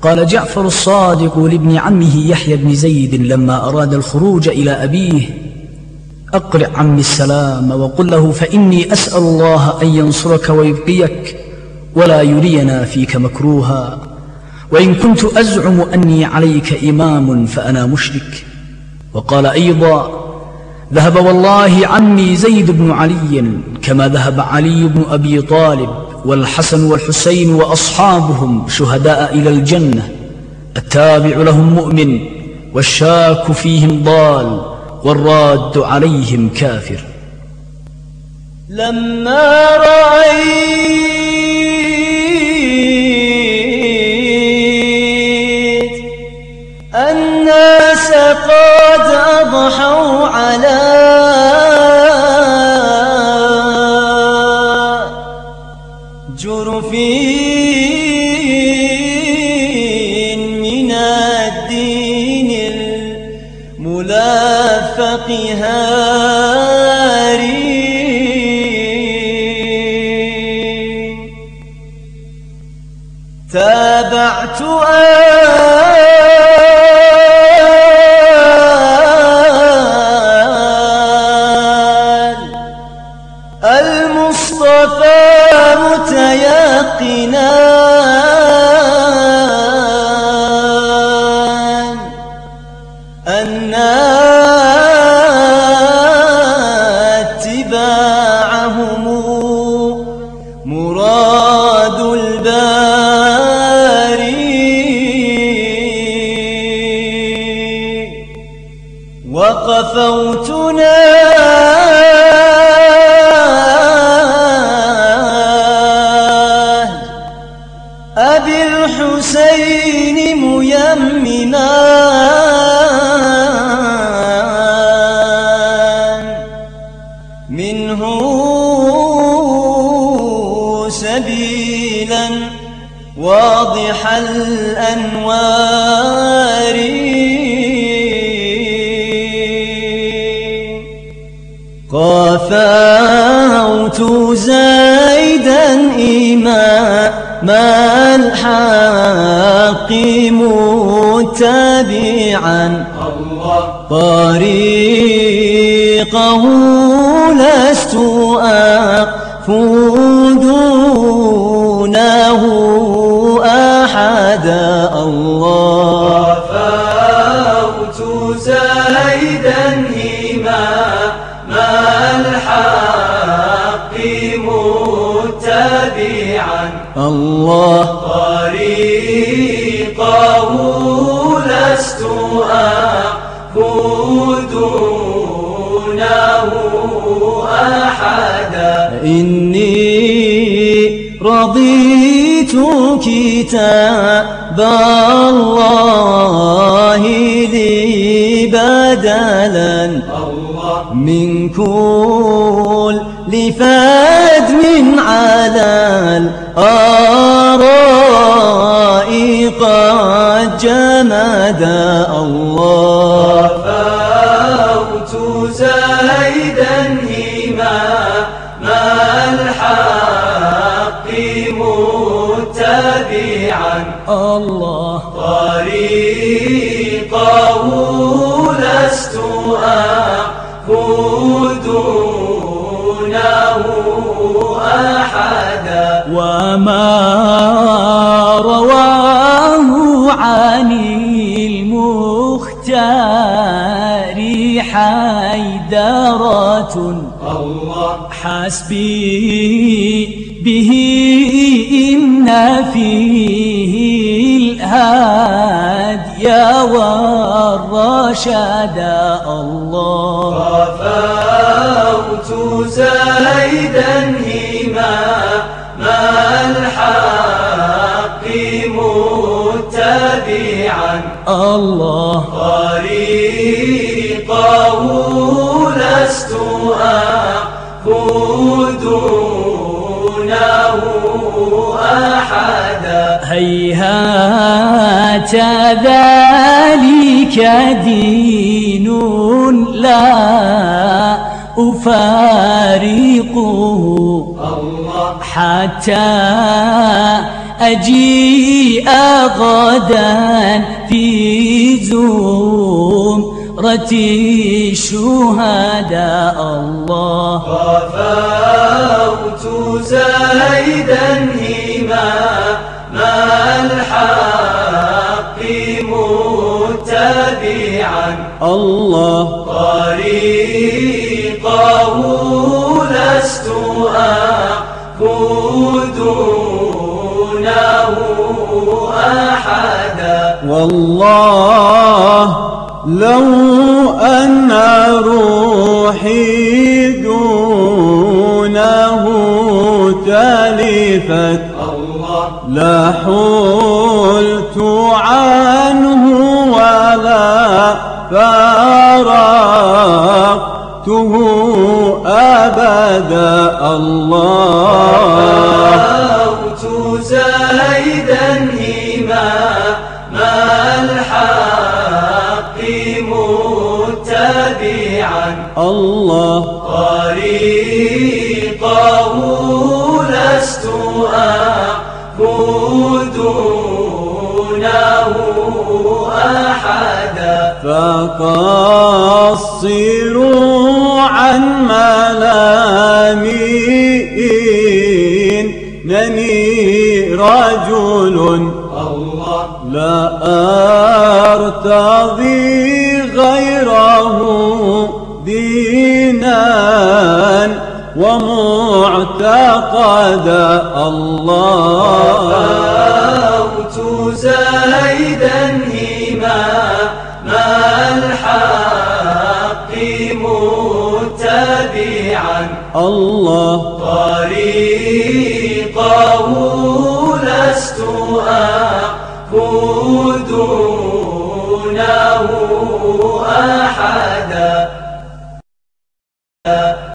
قال جعفر الصادق لابن عمه يحيى بن زيد لما أراد الخروج إلى أبيه: أقرع عمي السلام وقل له فإني أسأل الله أن ينصرك ويبقيك ولا يرينا فيك مكروها، وإن كنت أزعم أني عليك إمام فأنا مشرك. وقال أيضا: ذهب والله عمي زيد بن علي كما ذهب علي بن أبي طالب والحسن والحسين وأصحابهم شهداء إلى الجنة، التابع لهم مؤمن والشاك فيهم ضال والراد عليهم كافر. لما رأيت الناس قد أضحوا على جرف من الدين الملافق هاري، تابعت المصطفى متيقنا أن اتباعهم مراد الباري، وقفوتنا أبي الحسين ميمنا منه سبيلا واضح الأنوار، قافوت زيدا إمام الحق متبعا طريقه لست أقف دونه أحدا. الله قافوت زيدا إمام الحق متبعا الله طريقه لست أقف دونه أحدا. إني رضيت كتاب الله لي بدلا من كل فدم على الآراء قد جمدا. الله قافوت زيدا إمام الحق متبعا الله طريقه لست أقف دونه أحدا. وما رواه عن المختار حيدرة حسبي به إن فيه الهادي والرشاد. الله قافوت زيدا إمام الحق متبعا الله طريقه لست أقف دونه أحدا. هيهات ذلك دين لا أفارقه حتى أجيء غدا في زمرة الشهداء الله. وفوت زيدا إمام الحق متبعا الله طريقه لست أعبد دونه أحدا. والله لو أن روحي دونه تلفت لحلت عنه ولا فارقته أبدا. الله وفوت زيدا إمام الحق متبعا. الله طريقه لست أعبد دونه أحدا. فقصروا عن ملامي إنني رجل لا أرتضي غيره دينا ومعتقدا. الله وفوت زيدا إمام الحق متبعا. الله طريقه لست أعبد دونه أحدا.